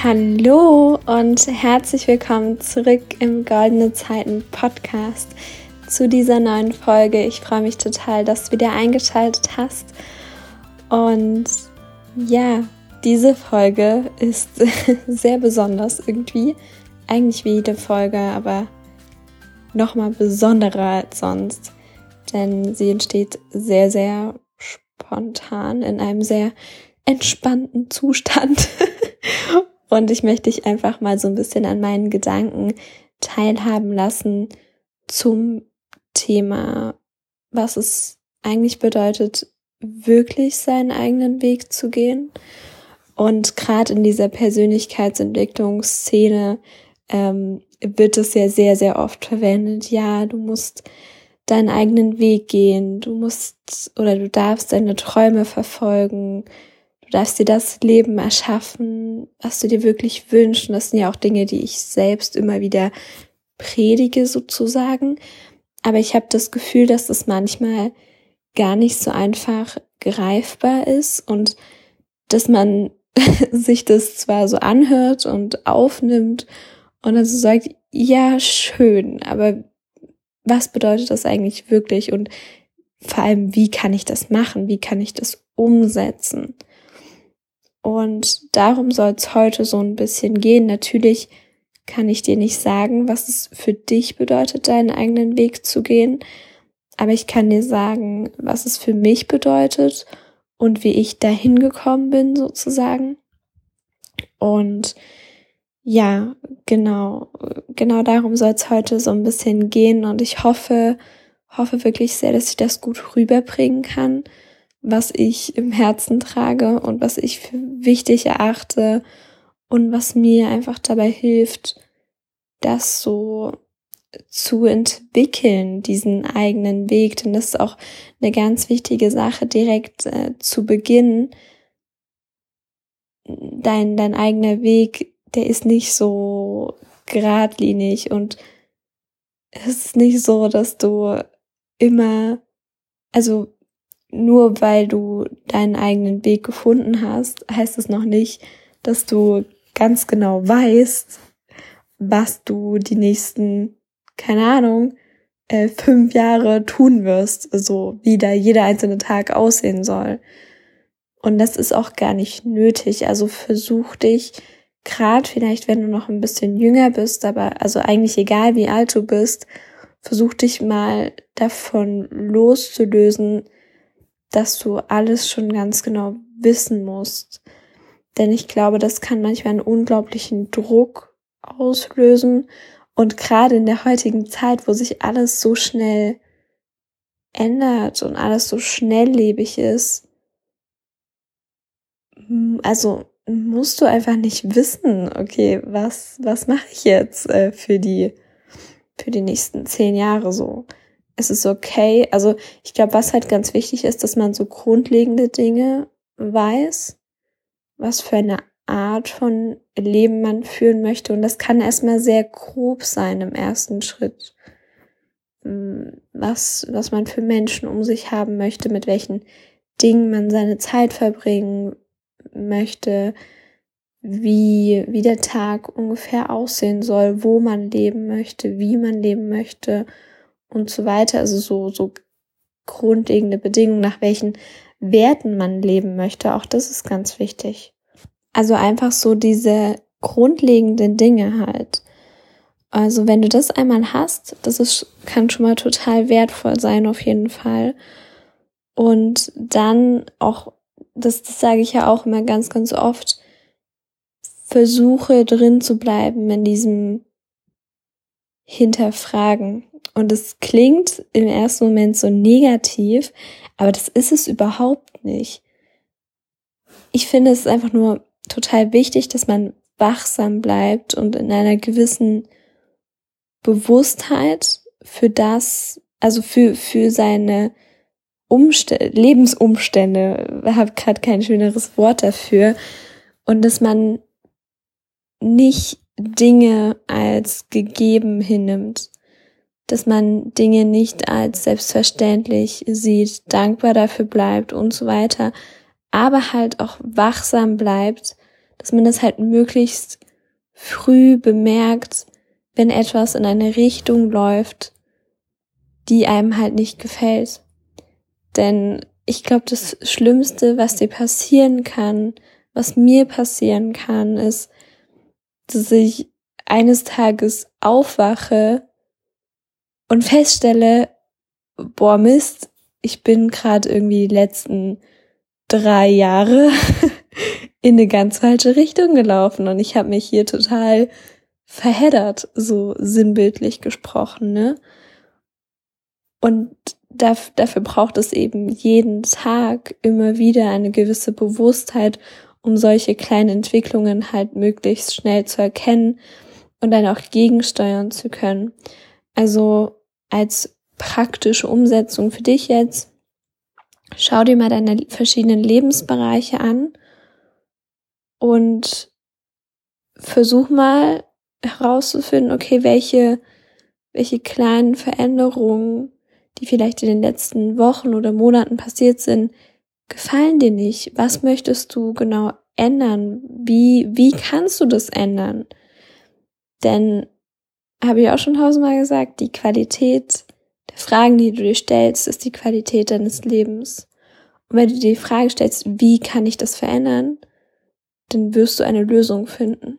Hallo und herzlich willkommen zurück im Goldene Zeiten Podcast zu dieser neuen Folge. Ich freue mich total, dass du wieder eingeschaltet hast. Und ja, diese Folge ist sehr besonders irgendwie. Eigentlich wie jede Folge, aber nochmal besonderer als sonst. Denn sie entsteht sehr, sehr spontan in einem sehr entspannten Zustand. Und ich möchte dich einfach mal so ein bisschen an meinen Gedanken teilhaben lassen zum Thema, was es eigentlich bedeutet, wirklich seinen eigenen Weg zu gehen. Und gerade in dieser Persönlichkeitsentwicklungsszene wird es ja sehr, sehr oft verwendet. Ja, du musst deinen eigenen Weg gehen, du darfst deine Träume verfolgen, du darfst dir das Leben erschaffen, was du dir wirklich wünschst. Und das sind ja auch Dinge, die ich selbst immer wieder predige sozusagen. Aber ich habe das Gefühl, dass das manchmal gar nicht so einfach greifbar ist und dass man sich das zwar so anhört und aufnimmt und dann so sagt, ja, schön, aber was bedeutet das eigentlich wirklich? Und vor allem, wie kann ich das machen? Wie kann ich das umsetzen? Und darum soll es heute so ein bisschen gehen. Natürlich kann ich dir nicht sagen, was es für dich bedeutet, deinen eigenen Weg zu gehen. Aber ich kann dir sagen, was es für mich bedeutet und wie ich dahin gekommen bin sozusagen. Und ja, genau darum soll es heute so ein bisschen gehen. Und ich hoffe wirklich sehr, dass ich das gut rüberbringen kann, was ich im Herzen trage und was ich für wichtig erachte und was mir einfach dabei hilft, das so zu entwickeln, diesen eigenen Weg. Denn das ist auch eine ganz wichtige Sache direkt zu Beginn. Dein eigener Weg, der ist nicht so geradlinig und es ist nicht so, dass du immer, also nur weil du deinen eigenen Weg gefunden hast, heißt es noch nicht, dass du ganz genau weißt, was du die nächsten, 5 Jahre tun wirst, so wie da jeder einzelne Tag aussehen soll. Und das ist auch gar nicht nötig. Also versuch dich, gerade vielleicht, wenn du noch ein bisschen jünger bist, aber also eigentlich egal, wie alt du bist, versuch dich mal davon loszulösen, dass du alles schon ganz genau wissen musst. Denn ich glaube, das kann manchmal einen unglaublichen Druck auslösen. Und gerade in der heutigen Zeit, wo sich alles so schnell ändert und alles so schnelllebig ist, also musst du einfach nicht wissen, okay, was mache ich jetzt für die nächsten 10 Jahre so. Es ist okay, also ich glaube, was halt ganz wichtig ist, dass man so grundlegende Dinge weiß, was für eine Art von Leben man führen möchte. Und das kann erstmal sehr grob sein im ersten Schritt. Was man für Menschen um sich haben möchte, mit welchen Dingen man seine Zeit verbringen möchte, wie der Tag ungefähr aussehen soll, wo man leben möchte, wie man leben möchte und so weiter. Also so grundlegende Bedingungen, nach welchen Werten man leben möchte. Auch das ist ganz wichtig. Also einfach so diese grundlegenden Dinge halt. Also wenn du das einmal hast, kann schon mal total wertvoll sein auf jeden Fall. Und dann auch, das sage ich ja auch immer ganz, ganz oft, versuche drin zu bleiben in diesem Hinterfragen. Und es klingt im ersten Moment so negativ, aber das ist es überhaupt nicht. Ich finde, es ist einfach nur total wichtig, dass man wachsam bleibt und in einer gewissen Bewusstheit für das, also für seine Lebensumstände, ich habe gerade kein schöneres Wort dafür, und dass man nicht Dinge als gegeben hinnimmt, dass man Dinge nicht als selbstverständlich sieht, dankbar dafür bleibt und so weiter, aber halt auch wachsam bleibt, dass man das halt möglichst früh bemerkt, wenn etwas in eine Richtung läuft, die einem halt nicht gefällt. Denn ich glaube, das Schlimmste, was dir passieren kann, was mir passieren kann, ist, dass ich eines Tages aufwache und feststelle, boah Mist, ich bin gerade irgendwie die letzten 3 Jahre in eine ganz falsche Richtung gelaufen und ich habe mich hier total verheddert, so sinnbildlich gesprochen, ne? Und dafür braucht es eben jeden Tag immer wieder eine gewisse Bewusstheit, um solche kleinen Entwicklungen halt möglichst schnell zu erkennen und dann auch gegensteuern zu können. Also als praktische Umsetzung für dich jetzt, schau dir mal deine verschiedenen Lebensbereiche an und versuch mal herauszufinden, okay, welche kleinen Veränderungen, die vielleicht in den letzten Wochen oder Monaten passiert sind, gefallen dir nicht? Was möchtest du genau ändern? Wie kannst du das ändern? Denn, habe ich auch schon tausendmal gesagt, die Qualität der Fragen, die du dir stellst, ist die Qualität deines Lebens. Und wenn du dir die Frage stellst, wie kann ich das verändern, dann wirst du eine Lösung finden.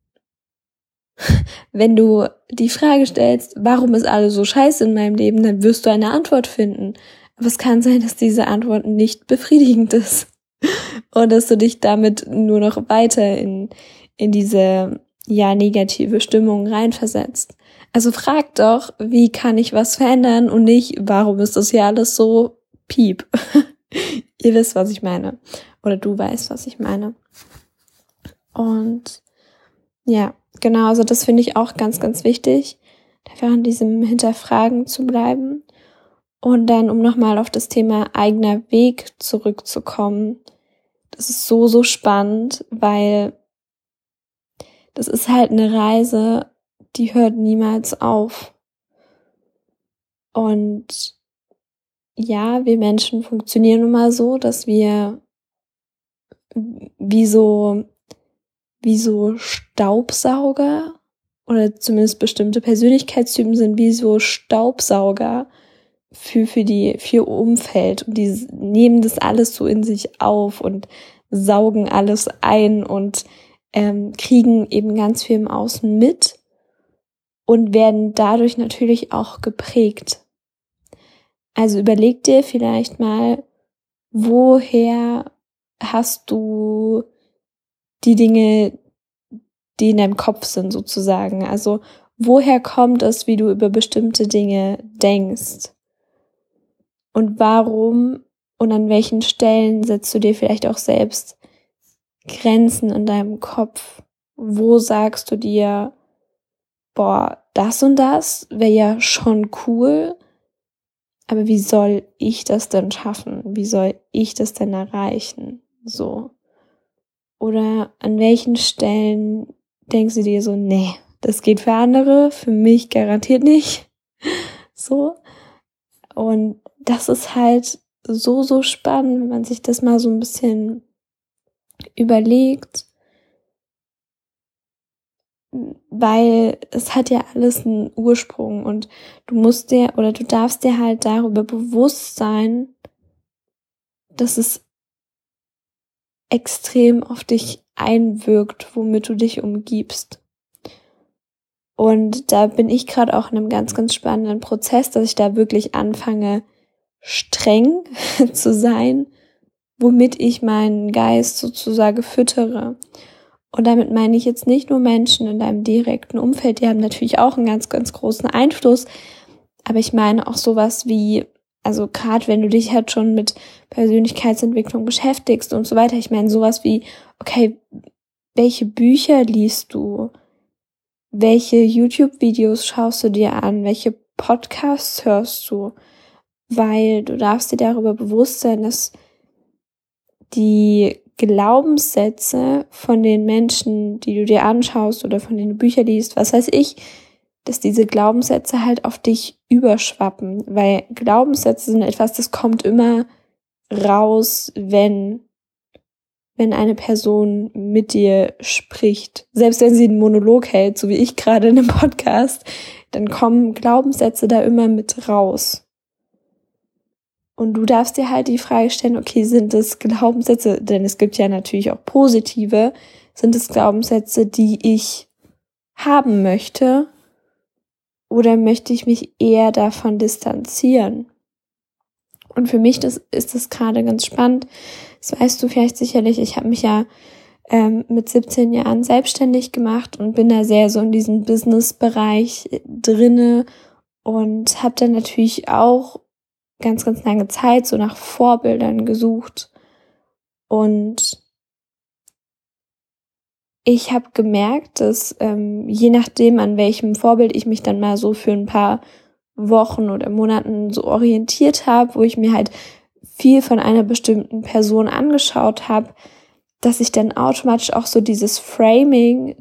Wenn du die Frage stellst, warum ist alles so scheiße in meinem Leben, dann wirst du eine Antwort finden. Aber es kann sein, dass diese Antwort nicht befriedigend ist. Und dass du dich damit nur noch weiter in diese, negative Stimmung reinversetzt. Also frag doch, wie kann ich was verändern und nicht, warum ist das hier alles so piep? Ihr wisst, was ich meine. Oder du weißt, was ich meine. Und ja, genau, also das finde ich auch ganz, ganz wichtig, dafür an diesem Hinterfragen zu bleiben. Und dann, um nochmal auf das Thema eigener Weg zurückzukommen, das ist so, so spannend, weil das ist halt eine Reise, die hört niemals auf. Und ja, wir Menschen funktionieren nun mal so, dass wir wie so Staubsauger oder zumindest bestimmte Persönlichkeitstypen sind wie so Staubsauger für ihr Umfeld und die nehmen das alles so in sich auf und saugen alles ein und kriegen eben ganz viel im Außen mit und werden dadurch natürlich auch geprägt. Also überleg dir vielleicht mal, woher hast du die Dinge, die in deinem Kopf sind sozusagen. Also woher kommt es, wie du über bestimmte Dinge denkst? Und warum und an welchen Stellen setzt du dir vielleicht auch selbst Grenzen in deinem Kopf? Wo sagst du dir, boah, das und das wäre ja schon cool, aber wie soll ich das denn schaffen? Wie soll ich das denn erreichen? So. Oder an welchen Stellen denkst du dir so, nee, das geht für andere, für mich garantiert nicht. So. Und das ist halt so, so spannend, wenn man sich das mal so ein bisschen überlegt, weil es hat ja alles einen Ursprung und du darfst dir halt darüber bewusst sein, dass es extrem auf dich einwirkt, womit du dich umgibst. Und da bin ich gerade auch in einem ganz, ganz spannenden Prozess, dass ich da wirklich anfange, streng zu sein, womit ich meinen Geist sozusagen füttere. Und damit meine ich jetzt nicht nur Menschen in deinem direkten Umfeld, die haben natürlich auch einen ganz, ganz großen Einfluss, aber ich meine auch sowas wie, also gerade wenn du dich halt schon mit Persönlichkeitsentwicklung beschäftigst und so weiter, ich meine sowas wie, okay, welche Bücher liest du? Welche YouTube-Videos schaust du dir an? Welche Podcasts hörst du? Weil du darfst dir darüber bewusst sein, dass die Glaubenssätze von den Menschen, die du dir anschaust oder von denen du Bücher liest, was weiß ich, dass diese Glaubenssätze halt auf dich überschwappen. Weil Glaubenssätze sind etwas, das kommt immer raus, wenn wenn eine Person mit dir spricht. Selbst wenn sie einen Monolog hält, so wie ich gerade in einem Podcast, dann kommen Glaubenssätze da immer mit raus. Und du darfst dir halt die Frage stellen, okay, sind es Glaubenssätze, denn es gibt ja natürlich auch positive, sind es Glaubenssätze, die ich haben möchte, oder möchte ich mich eher davon distanzieren? Und für mich ist das gerade ganz spannend. Das weißt du vielleicht sicherlich, ich habe mich ja mit 17 Jahren selbstständig gemacht und bin da sehr so in diesem Business-Bereich drinne und habe dann natürlich auch ganz, ganz lange Zeit so nach Vorbildern gesucht. Und ich habe gemerkt, dass je nachdem, an welchem Vorbild ich mich dann mal so für ein paar Wochen oder Monaten so orientiert habe, wo ich mir halt viel von einer bestimmten Person angeschaut habe, dass ich dann automatisch auch so dieses Framing,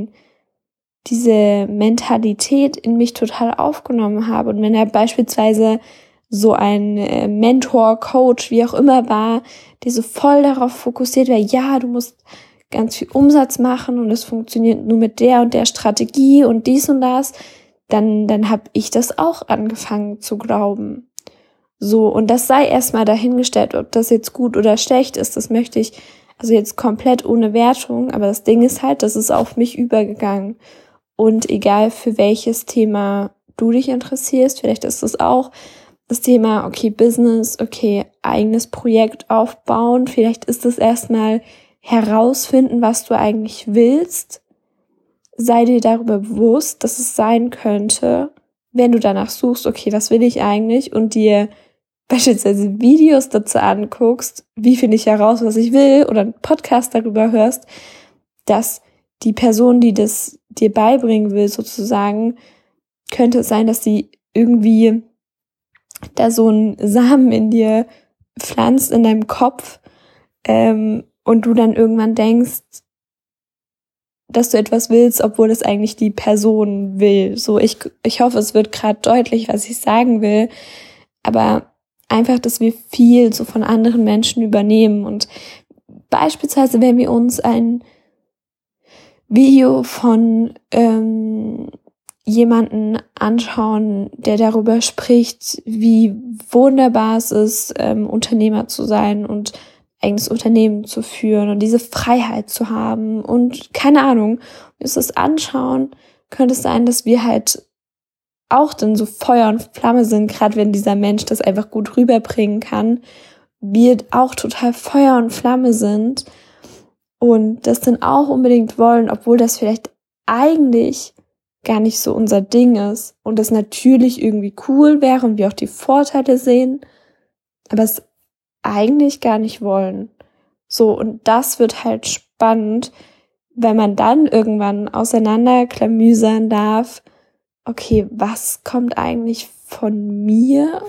diese Mentalität in mich total aufgenommen habe. Und wenn er beispielsweise so ein Mentor, Coach, wie auch immer war, der so voll darauf fokussiert war, ja, du musst ganz viel Umsatz machen und es funktioniert nur mit der und der Strategie und dies und das, dann habe ich das auch angefangen zu glauben. So, und das sei erstmal dahingestellt, ob das jetzt gut oder schlecht ist, das möchte ich, also jetzt komplett ohne Wertung, aber das Ding ist halt, das ist auf mich übergegangen. Und egal für welches Thema du dich interessierst, vielleicht ist es auch das Thema, okay, Business, okay, eigenes Projekt aufbauen, vielleicht ist es erstmal herausfinden, was du eigentlich willst. Sei dir darüber bewusst, dass es sein könnte, wenn du danach suchst, okay, was will ich eigentlich, und dir beispielsweise Videos dazu anguckst, wie finde ich heraus, was ich will, oder einen Podcast darüber hörst, dass die Person, die das dir beibringen will, sozusagen, könnte es sein, dass sie irgendwie da so einen Samen in dir pflanzt, in deinem Kopf, und du dann irgendwann denkst, dass du etwas willst, obwohl es eigentlich die Person will. So, ich hoffe, es wird gerade deutlich, was ich sagen will, aber einfach, dass wir viel so von anderen Menschen übernehmen. Und beispielsweise, wenn wir uns ein Video von jemanden anschauen, der darüber spricht, wie wunderbar es ist, Unternehmer zu sein und eigenes Unternehmen zu führen und diese Freiheit zu haben und keine Ahnung, wenn wir uns das anschauen, könnte es sein, dass wir halt auch dann so Feuer und Flamme sind, gerade wenn dieser Mensch das einfach gut rüberbringen kann, wir auch total Feuer und Flamme sind und das dann auch unbedingt wollen, obwohl das vielleicht eigentlich gar nicht so unser Ding ist und das natürlich irgendwie cool wäre und wir auch die Vorteile sehen, aber es eigentlich gar nicht wollen. So, und das wird halt spannend, wenn man dann irgendwann auseinanderklamüsern darf, okay, was kommt eigentlich von mir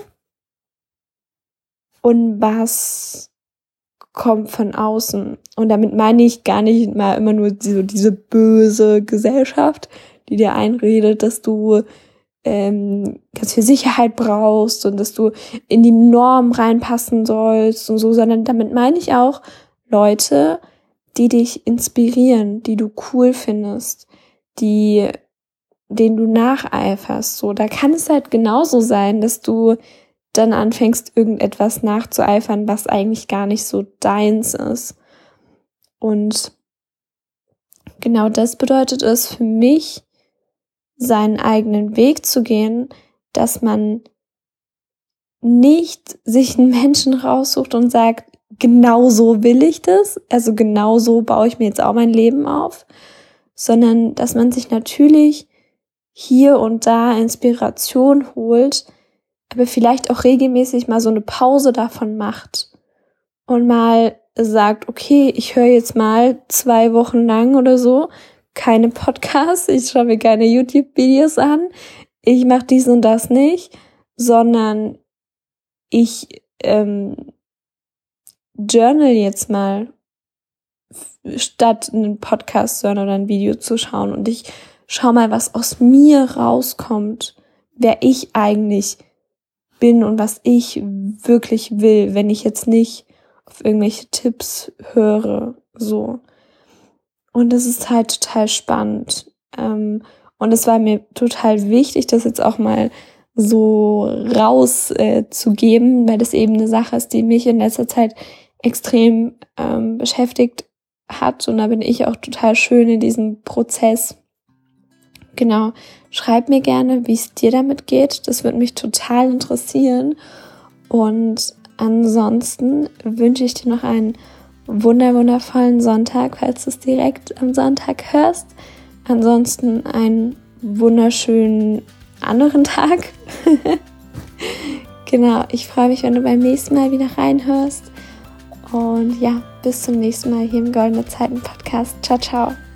und was kommt von außen? Und damit meine ich gar nicht mal immer nur diese böse Gesellschaft, die dir einredet, dass du ganz viel Sicherheit brauchst und dass du in die Norm reinpassen sollst und so, sondern damit meine ich auch Leute, die dich inspirieren, die du cool findest, denen du nacheiferst. So, da kann es halt genauso sein, dass du dann anfängst, irgendetwas nachzueifern, was eigentlich gar nicht so deins ist. Und genau das bedeutet es für mich, seinen eigenen Weg zu gehen, dass man nicht sich einen Menschen raussucht und sagt, genau so will ich das, also genau so baue ich mir jetzt auch mein Leben auf, sondern dass man sich natürlich hier und da Inspiration holt, aber vielleicht auch regelmäßig mal so eine Pause davon macht und mal sagt, okay, ich höre jetzt mal 2 Wochen lang oder so keine Podcasts, ich schaue mir keine YouTube-Videos an, ich mache dies und das nicht, sondern ich journal jetzt mal, statt einen Podcast zu hören oder ein Video zu schauen, und ich schau mal, was aus mir rauskommt, wer ich eigentlich bin und was ich wirklich will, wenn ich jetzt nicht auf irgendwelche Tipps höre, so. Und das ist halt total spannend. Und es war mir total wichtig, das jetzt auch mal so zu geben, weil das eben eine Sache ist, die mich in letzter Zeit extrem beschäftigt hat. Und da bin ich auch total schön in diesem Prozess. Genau, schreib mir gerne, wie es dir damit geht. Das würde mich total interessieren. Und ansonsten wünsche ich dir noch einen wundervollen Sonntag, falls du es direkt am Sonntag hörst. Ansonsten einen wunderschönen anderen Tag. Genau, ich freue mich, wenn du beim nächsten Mal wieder reinhörst. Und ja, bis zum nächsten Mal hier im Goldene Zeiten Podcast. Ciao, ciao.